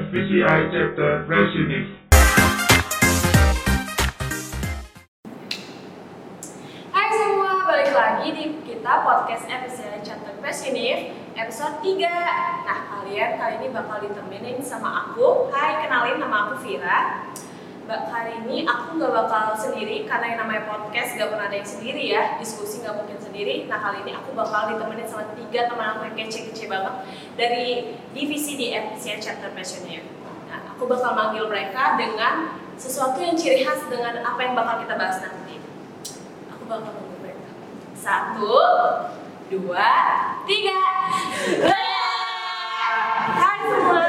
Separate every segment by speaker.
Speaker 1: FBCI Chapter Resunis.
Speaker 2: Hai semua, balik lagi di kita podcast FBCI Chapter Resunis episode 3. Nah, kalian kali ini bakal ditemenin sama aku. Hai, kenalin, nama aku Vira. Hari ini aku gak bakal sendiri karena yang namanya podcast gak pernah ada yang sendiri ya, diskusi gak mungkin sendiri. Nah, kali ini aku bakal ditemenin sama 3 teman aku yang kece-kece banget dari divisi di FBCI Chapter Resunis. Nah, aku bakal manggil mereka dengan sesuatu yang ciri khas dengan apa yang bakal kita bahas nanti. Aku bakal manggil mereka. 1, 2, 3. Hai semua.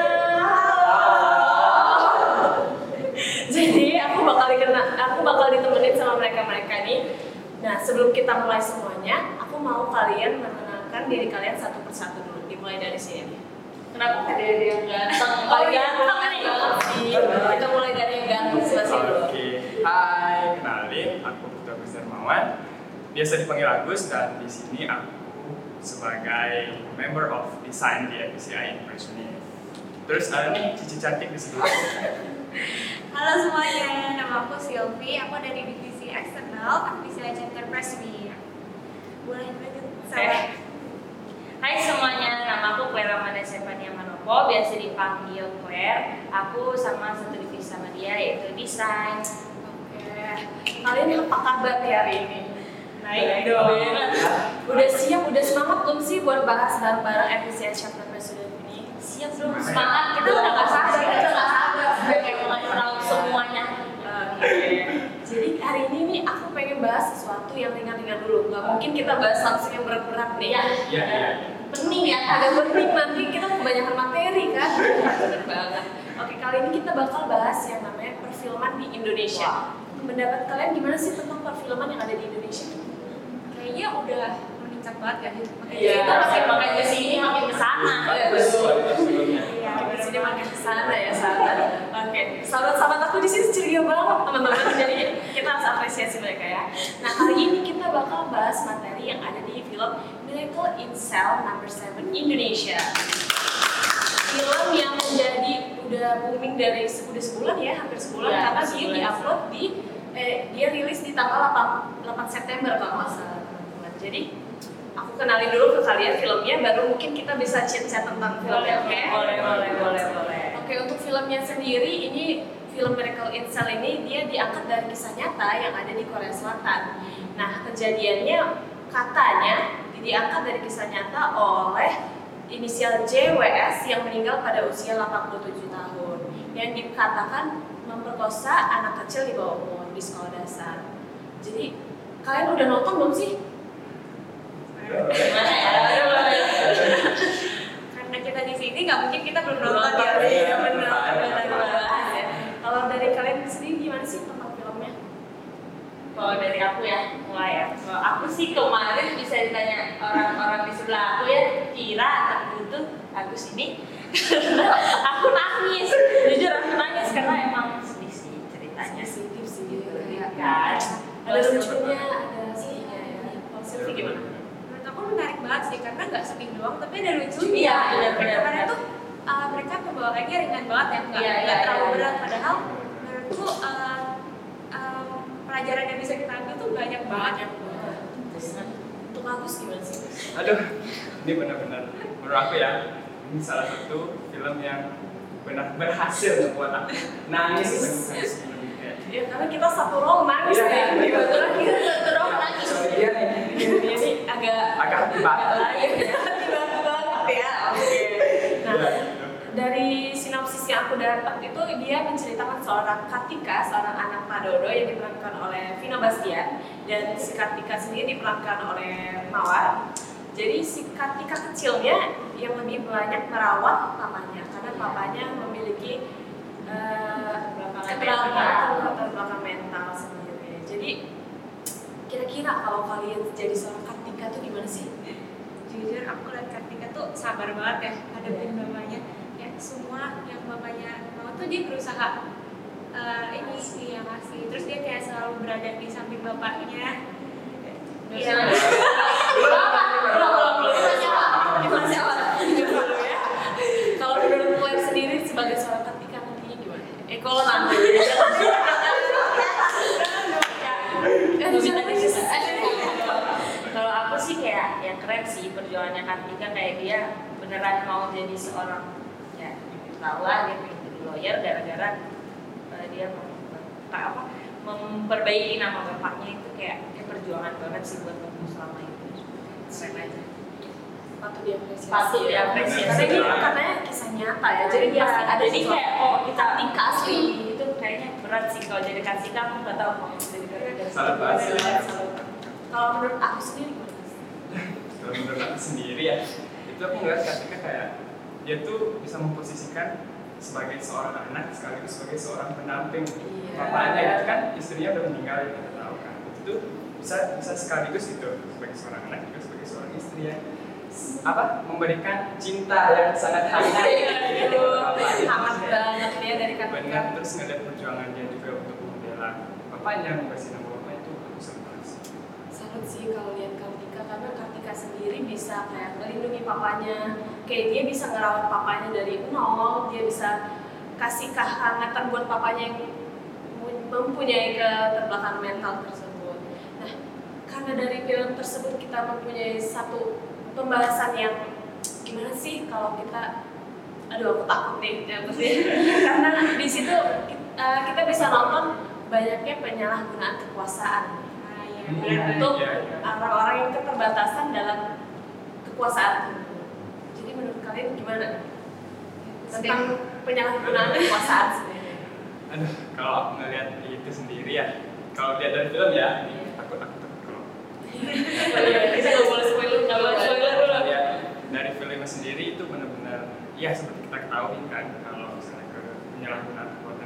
Speaker 2: Jadi aku bakal ditemenin sama mereka nih. Nah, sebelum kita mulai semuanya, aku mau kalian mengenalkan diri kalian satu persatu dulu. Dimulai dari sini.
Speaker 3: Kenapa ada yang ganteng?
Speaker 2: Ganteng nih. Kita mulai dari yang ganteng selesai dulu.
Speaker 4: Oke. Hai, kenalin, aku Putra Agus Darmawan. Biasa dipanggil Agus dan di sini aku sebagai member of design di FBCI Resunis. Terus ada nih Cici cantik di sebelah.
Speaker 3: Halo semuanya, nama aku Sylvie. Aku dari divisi eksternal FBCI Chapter Resunis. Boleh lanjut sama.
Speaker 5: Hai semuanya, nama aku Claire Amanda Stefania Manopo, biasa dipanggil Claire. Aku sama satu divisi sama dia, yaitu desain.
Speaker 2: Oke. Kalian apa kabar hari ini?
Speaker 5: Naik dong.
Speaker 2: Udah siap, udah semangat belum sih buat bahas bareng-bareng FBCI Chapter Resunis ini?
Speaker 5: Siap belum? Semangat, kita udah gak sabar, pengen tahu semuanya.
Speaker 2: Jadi hari ini nih aku pengen bahas sesuatu yang ringan-ringan dulu. Gak mungkin kita bahas langsung yang berat-berat nih.
Speaker 4: Iya.
Speaker 2: Pening ya, agak penting nanti kita kebanyakan materi kan. Bener banget. Oke, kali ini kita bakal bahas yang namanya perfilman di Indonesia. Pendapat kalian gimana sih tentang perfilman yang ada di Indonesia?
Speaker 3: Kayaknya udah meningkat banget kan?
Speaker 5: Iya, makin kesini makin kesana.
Speaker 2: Makin kesini makin kesana ya sahabat. Oke, sahabat-sahabat aku di sini ceria banget teman-teman. Jadi kita harus apresiasi mereka ya. Nah, kali ini kita bakal bahas materi yang ada di film Miracle in Cell No. 7 Indonesia. Film yang menjadi udah booming dari udah sebulan ya, hampir sebulan
Speaker 5: Ya,
Speaker 2: karena dia diupload di dia rilis di tanggal 8 September kalau nggak salah teman-teman. Jadi aku kenalin dulu ke kalian filmnya, baru mungkin kita bisa chat-chat tentang filmnya. Oke?
Speaker 5: Boleh.
Speaker 2: Oke, untuk filmnya sendiri ini film Miracle in Cell ini dia diangkat dari kisah nyata yang ada di Korea Selatan. Nah, kejadiannya katanya diangkat dari kisah nyata oleh inisial JWS yang meninggal pada usia 87 tahun yang dikatakan memperkosa anak kecil di bawah umur di sekolah dasar. Jadi, kalian udah nonton belum sih?
Speaker 5: Gimana ya?
Speaker 3: Karena kita di sini nggak mungkin kita belum nonton ya.
Speaker 2: Iya, benar. Kalau dari kalian sendiri gimana sih tentang filmnya?
Speaker 5: Kalau dari aku ya, mulai ya. Kalau aku sih kemarin bisa ditanya orang-orang di sebelah aku ya, kira atau itu Agus ini. Aku nangis, jujur aku nangis karena emang sedih sih ceritanya.
Speaker 2: Sensitif sih gitu kayak
Speaker 5: Kan?
Speaker 2: ada lucunya, ada sedihnya ya. Kalau Sylvie gimana?
Speaker 3: Menurut aku menarik banget sih karena nggak sedih doang, tapi ada lucunya.
Speaker 5: Iya, benar-benar.
Speaker 3: Kemarin tuh mereka pembawaannya ringan banget ya, nggak
Speaker 5: Iya,
Speaker 3: terlalu
Speaker 5: iya.
Speaker 3: berat. Padahal menurutku pelajaran yang bisa kita ambil tuh banyak banget.
Speaker 2: Untuk Agus gimana sih?
Speaker 4: Aduh, ini benar-benar menurut aku ya, ini salah satu film yang benar berhasil membuat aku nangis.
Speaker 2: Ya karena kita satu row nangis
Speaker 4: Iya,
Speaker 2: ya.
Speaker 4: iya.
Speaker 2: Kebetulan kita satu row nangis.
Speaker 4: Iya nih,
Speaker 2: Ini agak
Speaker 4: hati banget.
Speaker 2: hati banget ya. Oke. Nah, dari sinopsis yang aku dapat itu dia menceritakan seorang Kartika, seorang anak Madodo yang diperankan oleh Vino Bastian, dan si Kartika sendiri diperankan oleh Mawar. Jadi si Kartika kecilnya yang lebih banyak merawat papanya karena papanya memiliki latar belakang mental sendiri. Jadi kira-kira kalau kalian jadi seorang Kartika tuh gimana sih?
Speaker 3: Jujur aku lihat Kartika tuh sabar banget ya hadapin bapaknya. Ya semua yang bapaknya mau tuh dia berusaha ini sih yang ngasih. Terus dia kayak selalu berada di samping bapaknya. Iya.
Speaker 2: Kalau menurut Claire sendiri sebagai sebagai seorang Kartika nantinya gimana? Kalau nanti
Speaker 5: kalau aku sih kayak ya keren sih perjuangannya Kartika, kayak dia beneran mau jadi seorang ya tahu lah dia pengen jadi lawyer gara-gara dia memperbaiki nama bapaknya. Itu kayak perjuangan banget sih buat aku selama itu. Keren aja.
Speaker 2: patut diapresiasi.
Speaker 5: Patut diapresiasi.
Speaker 2: Karena ini katanya kisah nyata ya. Jadi
Speaker 5: ya,
Speaker 2: pasti ada
Speaker 5: jadi kayak kita
Speaker 2: Kartika asli.
Speaker 5: itu kayaknya berat sih kalau jadi Kartika. Aku nggak tahu mau jadi Kartika.
Speaker 4: Salut banget.
Speaker 2: Kalau menurut aku sendiri gimana?
Speaker 4: Kalau menurut aku sendiri ya, itu aku ngeliat Kartika kayak dia tuh bisa memposisikan sebagai seorang anak sekaligus sebagai seorang pendamping. Bapaknya itu kan istrinya udah meninggal, kita tahu kan. Itu tuh bisa sekaligus gitu sebagai seorang anak juga sebagai seorang istri ya. Memberikan cinta yang sangat hangat gitu.
Speaker 2: Hangat banget ya dari Kartika.
Speaker 4: Benar, terus ngeliat perjuangan dia juga untuk membela bapaknya, membersihkan nama bapaknya, itu aku senang sih.
Speaker 2: Salut sih kalau lihat Kartika, karena Kartika sendiri bisa kayak melindungi papanya, kayak dia bisa ngerawat papanya dari nol, dia bisa kasih kehangatan buat papanya yang mempunyai keterbelakangan mental tersebut. Nah, karena dari film tersebut kita mempunyai satu pembahasan yang gimana sih kalau kita, aduh aku takut nih ya pasti, karena di situ kita bisa nonton banyaknya penyalahgunaan kekuasaan. Untuk orang-orang yang keterbatasan dalam kekuasaan. Jadi menurut kalian gimana tentang penyalahgunaan kekuasaan sebenarnya?
Speaker 4: Aduh, kalau aku ngeliat itu sendiri ya, kalau lihat dari film ya, ini takut kalau.
Speaker 2: Kita nggak boleh spoiler, nggak boleh spoiler dulu.
Speaker 4: Ya, dari filmnya sendiri itu benar-benar, ya seperti kita ketahui kan, kalau misalnya ke penyalahgunaan kekuasaan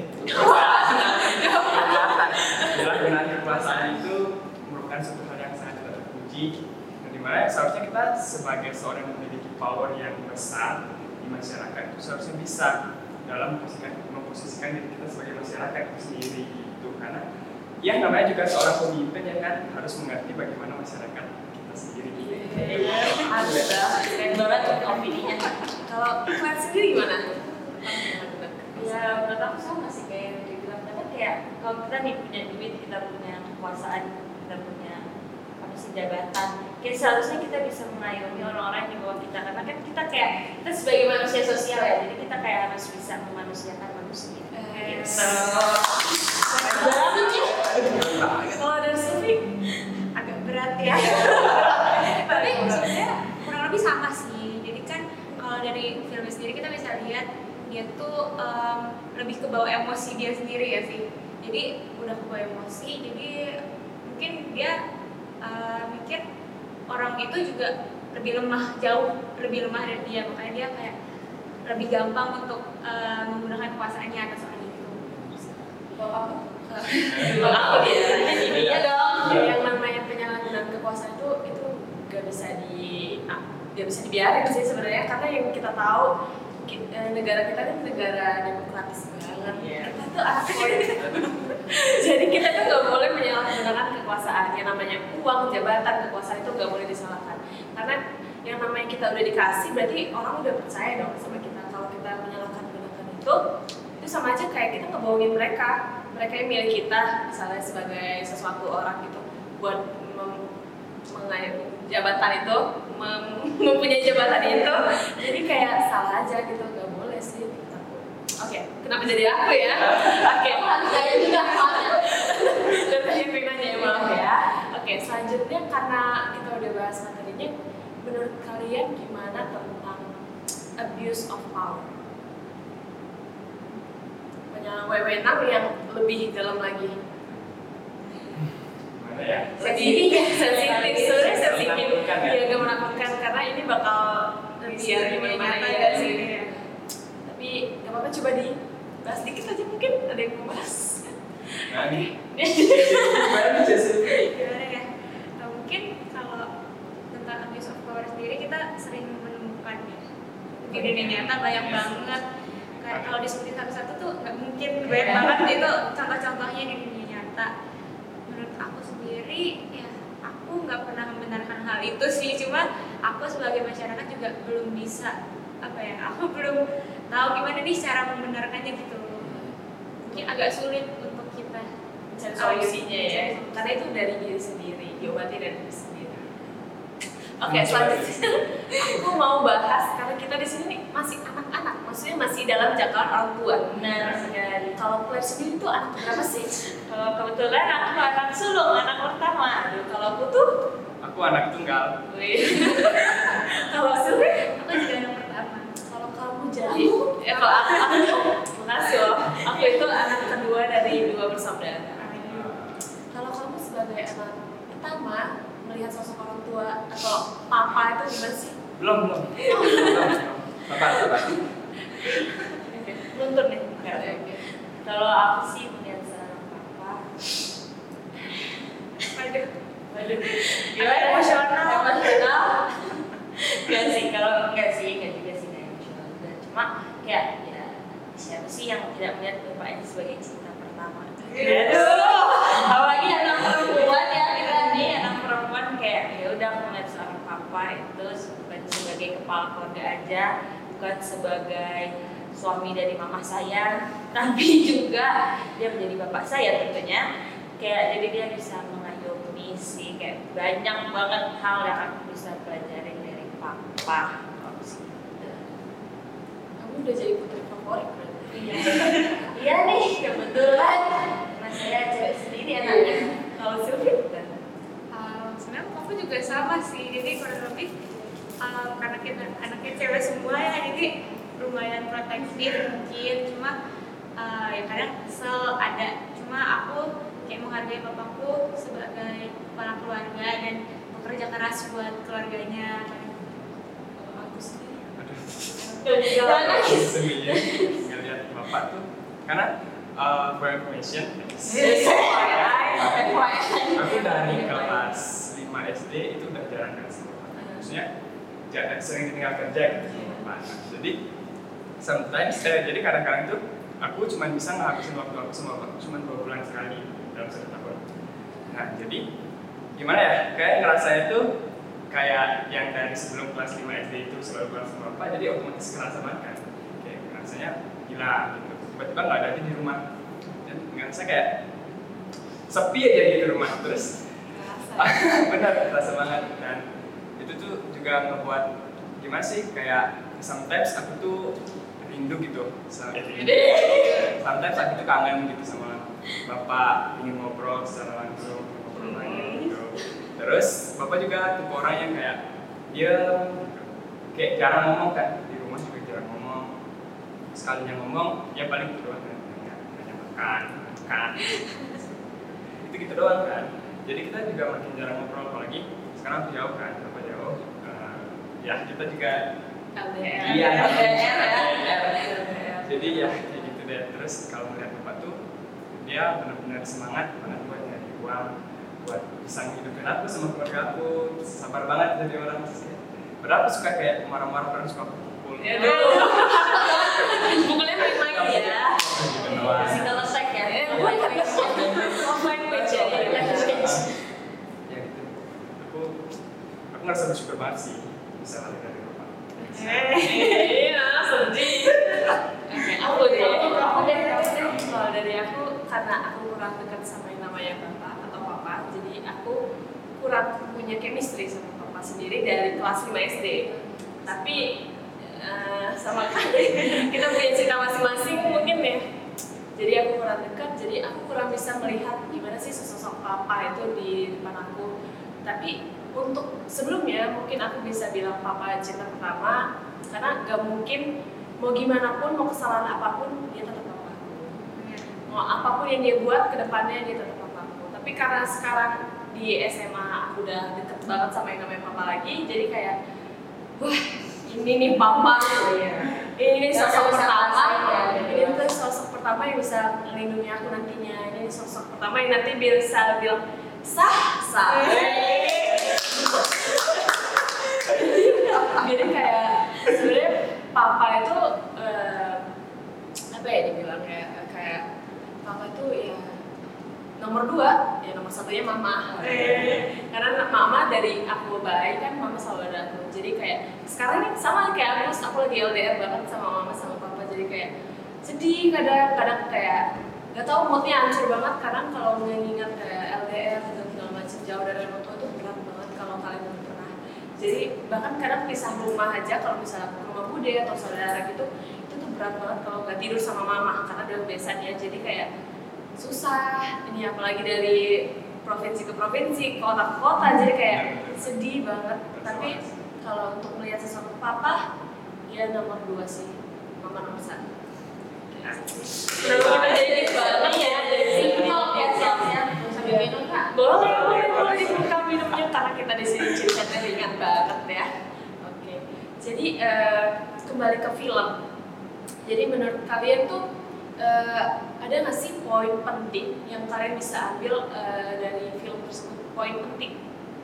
Speaker 4: penyalahgunaan kekuasaan itu merupakan suatu hal yang sangat tidak terpuji, dan dimana seharusnya kita sebagai seorang yang memiliki power yang besar di masyarakat itu seharusnya bisa dalam memposisikan diri kita sebagai masyarakat itu sendiri gitu, karena yang namanya juga seorang pemimpin yang kan harus mengerti bagaimana masyarakat kita sendiri gitu.
Speaker 5: Keren banget opininya.
Speaker 2: Kalau kalian sendiri gimana?
Speaker 5: Ya menurut aku sama sih kayak yang dibilang, karena kayak kalau kita nih punya duit, kita punya kekuasaan, kita punya apa sih jabatan, kayak seharusnya kita bisa mengayomi orang-orang di bawah kita, karena kan kita kayak kita sebagai manusia sosial ya, jadi kita kayak harus bisa memanusiakan manusia.
Speaker 2: Kalau dari Sufi
Speaker 3: agak berat ya. Tapi sebenarnya kurang lebih sama sih. Jadi kan kalau dari film sendiri kita bisa lihat dia tuh lebih ke bawah emosi dia sendiri ya sih. Jadi udah ke bawah emosi, jadi mungkin dia mikir orang itu juga lebih lemah, jauh lebih lemah dari dia, makanya dia kayak lebih gampang untuk menggunakan kekuasaannya atas orang itu.
Speaker 2: Bapak
Speaker 5: Aku dia intinya dong.
Speaker 2: yang namanya penyalahgunaan kekuasaan itu gak bisa dibiarin sih sebenarnya, karena yang kita tahu negara kita kan negara demokratis banget. Kita tuh jadi kita tuh nggak boleh menyalahgunakan kekuasaan. Yang namanya uang, jabatan, kekuasaan itu nggak boleh disalahkan. Karena yang namanya kita udah dikasih, berarti orang udah percaya dong sama kita. Kalau kita menyalahgunakan itu sama aja kayak kita ngebohongin mereka. Mereka yang milik kita, misalnya sebagai sesuatu orang gitu, buat jabatan itu, mempunyai jabatan itu, jadi kayak salah aja gitu, nggak boleh sih. Oke, kenapa jadi aku ya? Oke,
Speaker 5: Saya juga soalnya.
Speaker 2: dan tadi yang nanya ya, maaf ya. Oke, selanjutnya karena kita udah bahas materinya, menurut kalian gimana tentang abuse of power? Wewenang yang lebih dalam lagi.
Speaker 4: Gimana ya?
Speaker 2: Sensitif, sebenarnya sensitif.
Speaker 4: Menakutkan ya?
Speaker 2: Iya, agak menakutkan karena ini bakal biar gimana ya sih. Tapi nggak apa-apa, coba dibahas dikit aja, mungkin ada yang mau bahas.
Speaker 4: Nah nih, gimana nih Jessica?
Speaker 3: Gimana ya? Mungkin kalau tentang abuse of power sendiri kita sering menemukan ya. Mungkin di dunia nyata banyak banget. Kayak kalau disebutin satu-satu tuh nggak mungkin, banyak banget itu contoh-contohnya di dunia nyata. Menurut aku sendiri ya, aku nggak pernah membenarkan hal itu sih, cuma aku sebagai masyarakat juga belum bisa aku belum tahu gimana nih cara membenarkannya gitu. Mungkin agak sulit untuk kita
Speaker 2: Cari solusinya ya, karena itu dari diri sendiri, diobati dari diri sendiri. Oke, selanjutnya aku mau bahas karena kita di sini nih masih anak-anak, maksudnya masih dalam jangkauan orang tua.
Speaker 5: Benar sekali.
Speaker 2: Kalau Claire sendiri tuh anak berapa sih?
Speaker 5: Kalau kebetulan aku anak sulung, anak pertama.
Speaker 2: Aduh, kalau aku tuh,
Speaker 4: Aku anak tunggal.
Speaker 2: kalau Sylvie,
Speaker 3: aku juga anak pertama.
Speaker 2: kalau kamu jadi, kalau aku makasih loh. Aku itu anak kedua dari 2 bersaudara. Kalau kamu sebagai anak pertama melihat sosok orang tua atau papa itu gimana sih?
Speaker 4: Belum. Sabar.
Speaker 5: Luntur nih. Kalau aku sih melihat seorang papa. Waduh. Gimana? Emosional. Enggak juga sih nggak emosional juga. Cuma kayak ya siapa sih yang tidak melihat bapaknya sebagai cinta pertama? Aduh. Apalagi anak perempuan ya kita nih anak perempuan kayak ya udah aku melihat seorang papa itu bukan sebagai kepala keluarga aja, bukan sebagai suami dari mama saya, tapi juga dia menjadi bapak saya tentunya. Kayak jadi dia bisa mengayomi sih, kayak banyak banget hal yang aku bisa pelajarin dari papa.
Speaker 2: Kamu udah jadi putri favorit berarti?
Speaker 5: Iya nih, kebetulan karena saya cewek sendiri anaknya.
Speaker 2: Kalau Sylvie?
Speaker 3: Sebenarnya aku juga sama sih, jadi kurang lebih karena kita anaknya cewek semua ya, jadi lumayan protektif mungkin, cuma ya kadang kesel ada, cuma aku kayak menghargai bapakku sebagai kepala keluarga dan bekerja keras buat keluarganya.
Speaker 2: Kalau aku sendiri?
Speaker 5: Jangan nangis.
Speaker 4: Sebenarnya ngeliat bapak tuh karena for information, aku dari kelas 5 SD itu udah jarang kan sama bapak. Maksudnya sering ditinggal kerja gitu sama bapak. Jadi sometimes jadi kadang-kadang tuh aku cuma bisa ngabisin waktu aku sama bapak cuma 2 bulan sekali dalam 1 tahun. Nah jadi gimana ya, kayak ngerasa itu kayak yang dari sebelum kelas 5 SD itu selalu pulang sama bapak, jadi otomatis kerasa banget kan, kayak ngerasanya gila gitu, tiba-tiba nggak ada dia di rumah dan ngerasa kayak sepi aja di rumah. Terus benar terasa banget, dan itu tuh juga ngebuat gimana sih, kayak sometimes aku tuh rindu gitu sometimes aku tuh kangen gitu sama bapak, ingin ngobrol secara langsung, ngobrol lagi gitu. Terus bapak juga tipe orang yang kayak dia kayak jarang ngomong kan, di rumah juga jarang ngomong, sekalinya ngomong ya paling gitu doang kan, hanya makan itu gitu doang kan. Jadi kita juga makin jarang ngobrol, apalagi sekarang aku jauh kan, bapak jauh, ya kita juga
Speaker 2: LDR.
Speaker 4: iya
Speaker 5: LDR.
Speaker 4: jadi ya kayak gitu deh. Terus kalau melihat bapak tuh dia benar-benar semangat banget buat nyari uang, buat bisa ngidupin aku sama keluarga aku, sabar banget jadi orang. Padahal aku suka kayak marah-marah, orang suka pukul.
Speaker 2: Pukulnya main-main ya.
Speaker 5: Single attack ya.
Speaker 2: Love language ya.
Speaker 4: Ya gitu. Aku ngerasa bersyukur banget sih bisa balik dari bapak.
Speaker 2: Iya, sedih. Aku deh. Kalau dari aku, karena aku kurang dekat sama yang namanya bapak atau papa, jadi aku kurang punya chemistry sama papa sendiri dari kelas 5 SD. Tapi sama kali kita punya cerita masing-masing mungkin ya. Jadi aku kurang dekat, jadi aku kurang bisa melihat gimana sih sosok papa itu di depan aku. Tapi untuk sebelumnya mungkin aku bisa bilang papa cinta pertama, karena gak mungkin mau gimana pun, mau kesalahan apapun dia tetap papa aku. Mau apapun yang dia buat ke depannya dia tetap papa aku. Tapi karena sekarang di SMA aku udah deket banget sama yang namanya papa lagi, jadi kayak wah ini nih papa, ini nih sosok pertama, ini tuh sosok pertama yang bisa melindungi aku nantinya, ini sosok pertama yang nanti bisa bilang sah. Jadi kayak sebenarnya papa itu apa ya dibilang kayak papa itu ya nomor 2, ya nomor 1-nya mama. Karena mama dari aku bayi kan mama selalu ada aku. Jadi kayak sekarang ini sama kayak aku lagi LDR banget sama mama sama papa. kayak sedih, kadang kayak nggak tahu moodnya hancur banget. Kadang kalau mengingat kayak LDR dan segala macam jauh dari orang tua itu berat banget kalau kalian belum pernah. Jadi bahkan kadang pisah rumah aja, kalau misalnya ke rumah bude atau saudara gitu, itu tuh berat banget kalau nggak tidur sama mama karena udah biasanya. Jadi kayak susah, ini apalagi dari provinsi ke provinsi, kota ke kota, jadi kayak sedih banget. Tapi kalau untuk melihat sesuatu papa, dia nomor 2 sih, mama nomor 1.
Speaker 5: Kenapa kita jadi banget ya? Jadi simpel ya, siap-siap sambil minum kak.
Speaker 2: Boleh dibuka minumnya karena kita di sini ceritanya ringan banget ya. Oke, jadi kembali ke film. Jadi menurut kalian tuh ada nggak sih poin penting yang kalian bisa ambil dari film tersebut? Poin penting?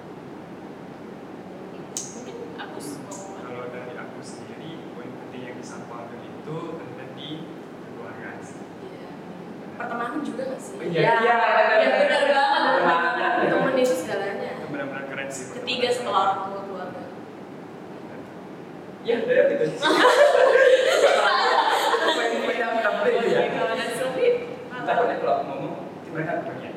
Speaker 2: Mungkin aku mau.
Speaker 4: Kalau dari aku sendiri, poin penting yang bisa aku ambil itu ada di keluarga sih.
Speaker 2: Iya. Pertemanan juga nggak sih?
Speaker 4: Iya,
Speaker 5: Benar banget.
Speaker 2: Temen itu segalanya.
Speaker 4: Itu benar-benar keren sih.
Speaker 2: Ketiga setelah orang tua keluarga.
Speaker 6: Ya, udah gitu. Poin-poin yang penting itu ya.
Speaker 2: Kalau ada Sylvie,
Speaker 6: Takutnya kalau ngomong gimana punya.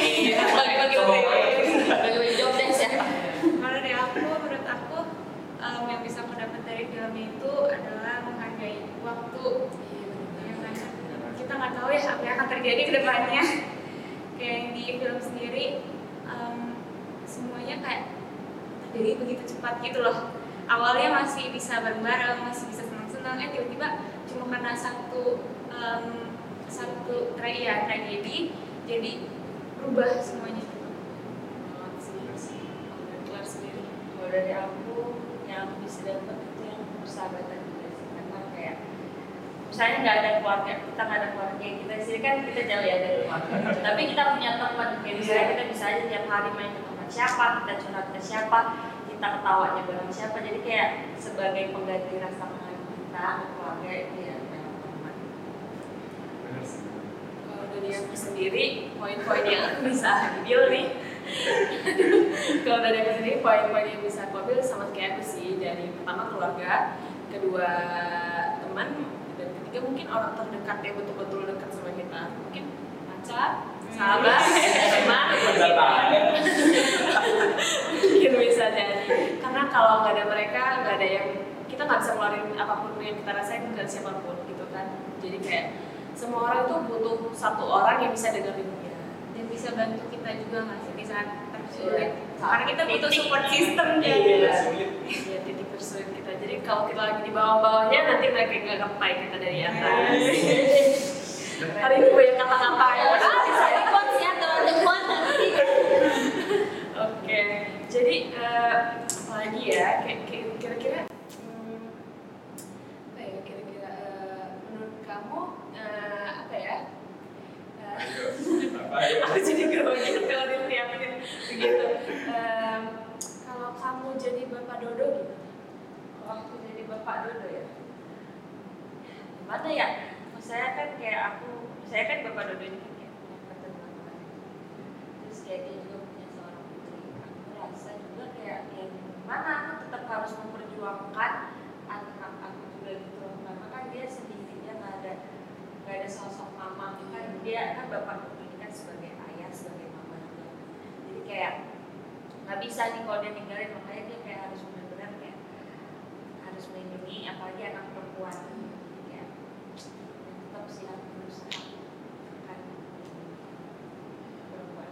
Speaker 5: Bagi-bagi job desk ya.
Speaker 3: Kalau dari aku, menurut aku yang bisa aku dapat dari film itu adalah menghargai waktu. Ya kan? Kita nggak tahu ya apa yang akan terjadi ke depannya. Kayak yang di film sendiri, semuanya kayak terjadi begitu cepat gitu loh. Awalnya masih bisa bareng-bareng, masih bisa senang-senang, tiba-tiba cuma karena satu tragedi jadi berubah semuanya.
Speaker 2: kelar sendiri.
Speaker 5: Kalau dari aku yang aku bisa dapat itu yang persahabatan juga sih, karena kayak misalnya nggak ada keluarga, kita nggak ada keluarga kita sih kan kita jauh ya dari keluarga. Tapi kita punya teman, kayak misalnya kita bisa aja tiap hari main ke tempat siapa, kita curhat ke siapa, kita ketawanya bareng siapa. Jadi kayak sebagai pengganti rasa kangen kita ke keluarga itu ya memang teman.
Speaker 4: Benar sih.
Speaker 2: Kalau dari aku sendiri, poin-poin yang aku bisa ambil nih. Kalau dari aku sendiri, poin-poin yang bisa aku ambil sama kayak aku sih. Dari pertama keluarga, kedua teman, dan ketiga mungkin orang terdekat yang betul-betul dekat sama kita. Mungkin pacar, sahabat, teman, mungkin bisa jadi. Karena kalau nggak ada mereka, nggak ada yang kita nggak bisa ngeluarin apapun yang kita rasain ke siapapun gitu kan. Jadi kayak semua orang itu butuh satu orang yang bisa dengerin dia.
Speaker 3: Dan bisa bantu kita juga nggak sih di saat tersulit.
Speaker 5: Iya.
Speaker 3: Karena kita butuh support system
Speaker 2: Iya,
Speaker 3: juga.
Speaker 2: iya, titik tersulit kita. Jadi kalau kita lagi di bawah-bawahnya, nanti mereka nggak ngepai kita dari atas. Hari ini banyak kata-kata yang
Speaker 5: Bisa ikut ya teman-teman nanti.
Speaker 2: Oke, jadi apalagi ya, kira-kira apa ya, kira-kira menurut kamu apa ya? Aku jadi grogi kalau dilihatin begitu. Kalau kamu jadi Bapak Dodo gitu?
Speaker 5: Kalau aku jadi bapak Dodo ya, gimana ya? Saya kan bapak Dodo ini kan kayak punya ketenangan. Terus kayak dia juga punya seorang putri. Aku rasa juga kayak ya gimana aku tetap harus memperjuangkan anak aku juga gitu. Karena kan dia sendiri, dia nggak ada sosok mama. Kan dia kan bapak Dodo ini kan sebagai ayah, sebagai mama juga. Jadi kayak nggak bisa nih kalau dia ninggalin, makanya dia kayak harus benar-benar kayak harus melindungi apalagi anak perempuan. Kayak tetap sih harus berusaha kan perempuan.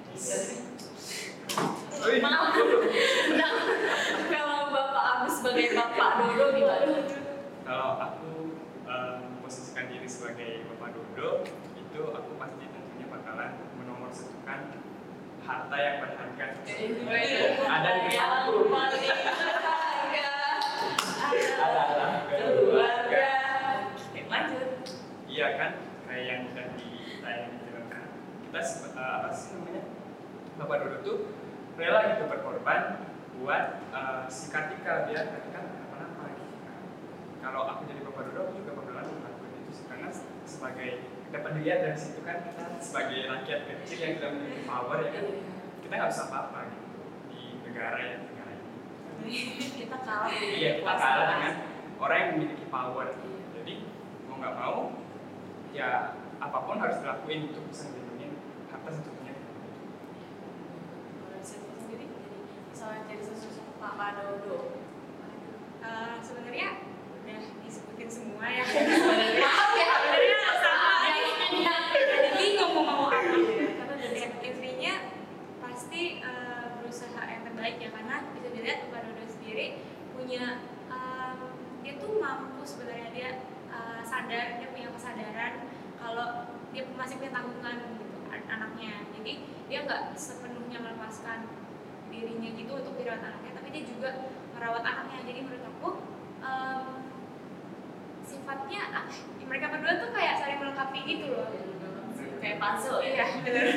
Speaker 2: Maaf. Nah, kalau Bapak Agus sebagai Bapak Dodo gimana?
Speaker 4: Kalau aku posisikan diri sebagai Bapak Dodo, itu aku pasti tentunya bakalan menomorsatukan harta yang berharga. Ada di aku.
Speaker 2: Keluarga. Oke, lanjut.
Speaker 4: Iya kan, kayak yang udah ditayang di film kan. Kita apa sih namanya? Bapak Dodo tuh rela gitu berkorban buat si Kartika, biar Kartika kenapa-napa gitu kan. Kalau aku jadi Bapak Dodo, aku juga bakalan melakukan itu sih, karena sebagai dapat dilihat dari situ kan kita sebagai rakyat kecil yang tidak memiliki power ya kan, kita nggak bisa apa-apa gitu di negara ini.
Speaker 2: Kita kalah.
Speaker 4: Iya, kita kalah dengan orang yang memiliki power. Jadi mau nggak mau, ya apapun harus dilakuin untuk bisa melindungi hak tersebutnya.
Speaker 2: Kalau dari saya sendiri, jadi misalnya jadi sosok Papa Dodo.
Speaker 3: Sebenarnya udah disebutin semua ya.
Speaker 2: Maaf ya,
Speaker 3: Sebenarnya sama ya.
Speaker 5: Jadi bingung mau apa.
Speaker 3: Karena dari intinya pasti berusaha yang terbaik ya, karena bisa dilihat Pak Dodo sendiri punya dia tuh mampu sebenarnya, dia sadar, dia punya kesadaran kalau dia masih punya tanggungan gitu anaknya. Jadi dia nggak sepenuhnya melepaskan dirinya gitu untuk merawat anaknya, tapi dia juga merawat anaknya. Jadi menurut aku sifatnya mereka berdua tuh kayak saling melengkapi gitu loh.
Speaker 2: kayak puzzle ya.
Speaker 3: Iya, benar.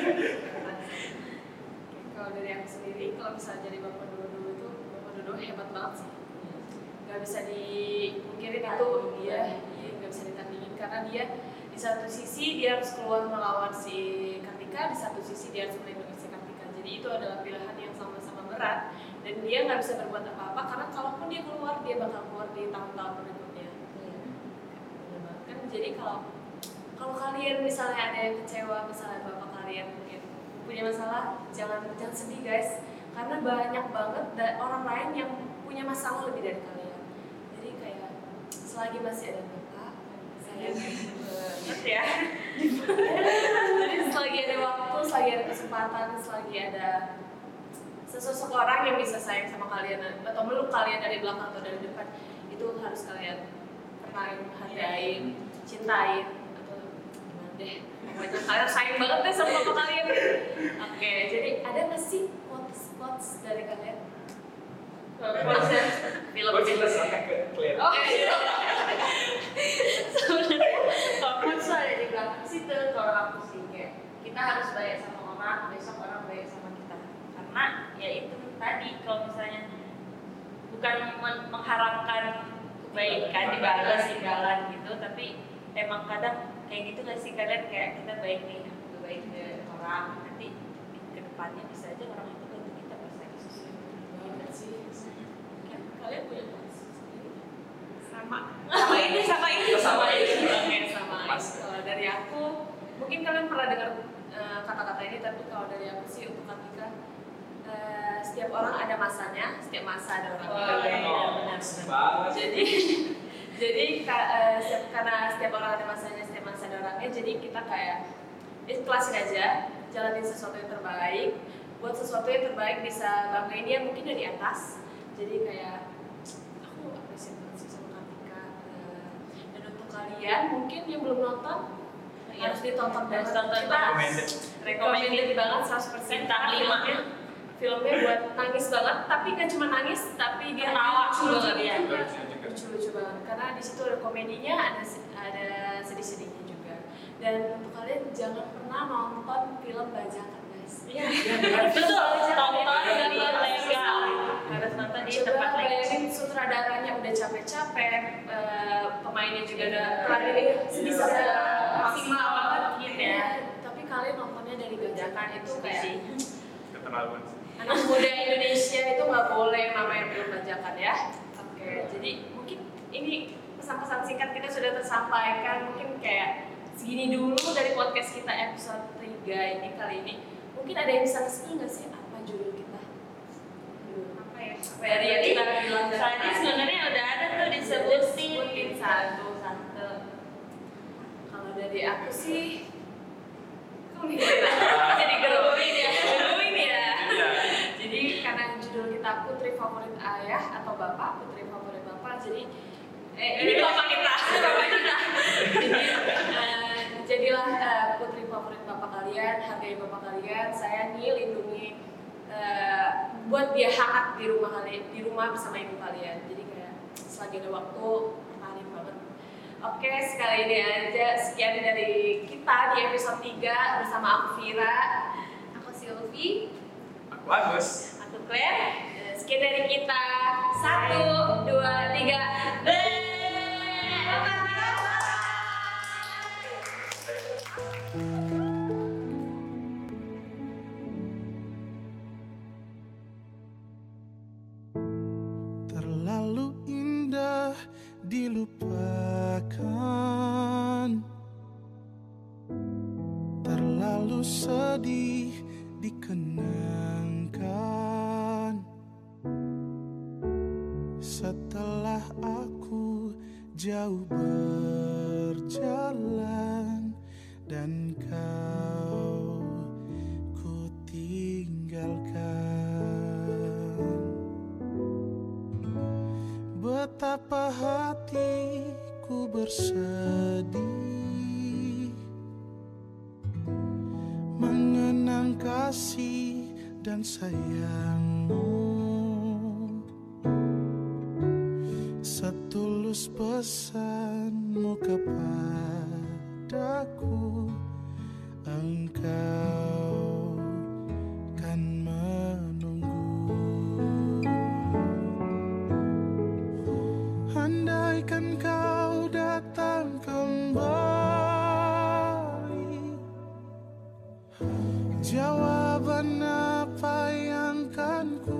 Speaker 2: Kalau dari aku sendiri, kalau misalnya jadi Bapak Dodo itu, Bapak Dodo hebat banget sih. Gak bisa dimungkirin itu dia nggak bisa ditandingin, karena dia di satu sisi dia harus keluar melawan si Kartika, di satu sisi dia harus melindungi si Kartika. Jadi itu adalah pilihan yang sama-sama berat, dan dia nggak bisa berbuat apa-apa karena kalaupun dia keluar, dia bakal keluar di tahun-tahun berikutnya. Bener banget kan. Jadi kalau kalian misalnya ada yang kecewa, misalnya bapak kalian mungkin punya masalah, jangan sedih guys, karena banyak banget orang lain yang punya masalah lebih dari kalian. Jadi kayak selagi masih ada bapak, saya ya. Jadi selagi ada waktu, selagi ada kesempatan, selagi ada sesosok orang yang bisa sayang sama kalian atau meluk kalian dari belakang atau dari depan, itu harus kalian kenalin, hargain, cintain, atau gimana deh. Pokoknya kalian sayang banget deh sama bapak kalian. Oke, jadi ada nggak sih quotes dari kalian? Film
Speaker 6: kita sampai ke clear.
Speaker 2: Oh iya.
Speaker 5: Sebenarnya kalau tuh ada di belakang situ. Kalau aku sih kayak kita harus baik sama orang, besok orang baik sama kita. Karena ya itu tadi, kalau misalnya bukan mengharapkan kebaikan dibalas imbalan gitu, tapi emang kadang kayak gitu nggak sih kalian, kayak kita baik nih, aku baik ke orang, nanti ke depannya bisa aja orang itu bantu kita pas lagi susah.
Speaker 2: Banget sih. Kalian punya quotes sendiri?
Speaker 3: Sama
Speaker 2: ini.
Speaker 6: Sama ini.
Speaker 2: Oke, sama. Kalau dari aku, mungkin kalian pernah dengar kata-kata ini, tapi kalau dari aku sih untuk Kartika, setiap orang ada masanya, setiap masa ada orangnya.
Speaker 6: Banget.
Speaker 2: Jadi karena setiap orang ada masanya, setiap masa ada orangnya, jadi kita kayak ikhlasin aja, jalanin sesuatu yang terbaik, buat sesuatu yang terbaik, bisa banggain dia mungkin dari atas. Jadi kayak aku apresiasi banget sih sama Kartika. Dan untuk kalian mungkin yang belum nonton, harus ditonton banget. Recommended banget 100%.
Speaker 5: Bintang 5.
Speaker 2: Filmnya buat nangis banget, tapi gak cuma nangis, tapi dia lucu banget ya. Lucu banget, karena di situ ada komedinya, ada sedih-sedihnya juga. Dan untuk kalian jangan pernah nonton film bajakan guys.
Speaker 5: Iya, betul. Tonton di legal. Harus nonton di tempat
Speaker 2: Coba
Speaker 5: legal.
Speaker 2: bayangin sutradaranya udah capek-capek, pemainnya juga udah bisa maksimal banget gitu ya. Tapi kalian nontonnya dari bajakan itu kayak
Speaker 4: Keterlaluan.
Speaker 2: anak muda Indonesia itu nggak boleh namanya film bajakan ya. Oke, jadi mungkin ini pesan-pesan singkat kita sudah tersampaikan. Mungkin kayak segini dulu dari podcast kita episode 3 ini kali ini. Mungkin ada yang bisa nge-spill nggak sih apa judul kita?
Speaker 3: apa ya?
Speaker 2: Dari yang kita bilang
Speaker 5: Tadi sebenarnya udah ada tuh disebutin
Speaker 2: satu. Kalau dari aku sih, jadi geruin ya. Jadi karena judul kita Putri Favorit Ayah atau Bapak, Putri Favorit Bapak. Jadi ini bapak kita. Jadi jadilah putri favorit bapak kalian, hargai bapak kalian, sayangi, lindungi, buat dia hangat di rumah kalian, di rumah bersama ibu kalian. Jadi kayak selagi ada waktu, pertahanin banget. Oke, sekali ini aja sekian dari kita di episode 3 bersama aku Vira,
Speaker 3: Aku Sylvie.
Speaker 4: Aku Agus.
Speaker 2: aku Claire. Sekian dari kita. 1, 2, 3.
Speaker 7: Terlalu indah dilupakan. selalu sedih dikenangkan. Setelah aku jauh berjalan dan kau ku tinggalkan, betapa hatiku bersedih mengenang kasih dan sayangmu. Setulus pesanmu kepadaku, engkau kan menunggu. Andaikan kau datang kembali, jawaban apa yang kan ku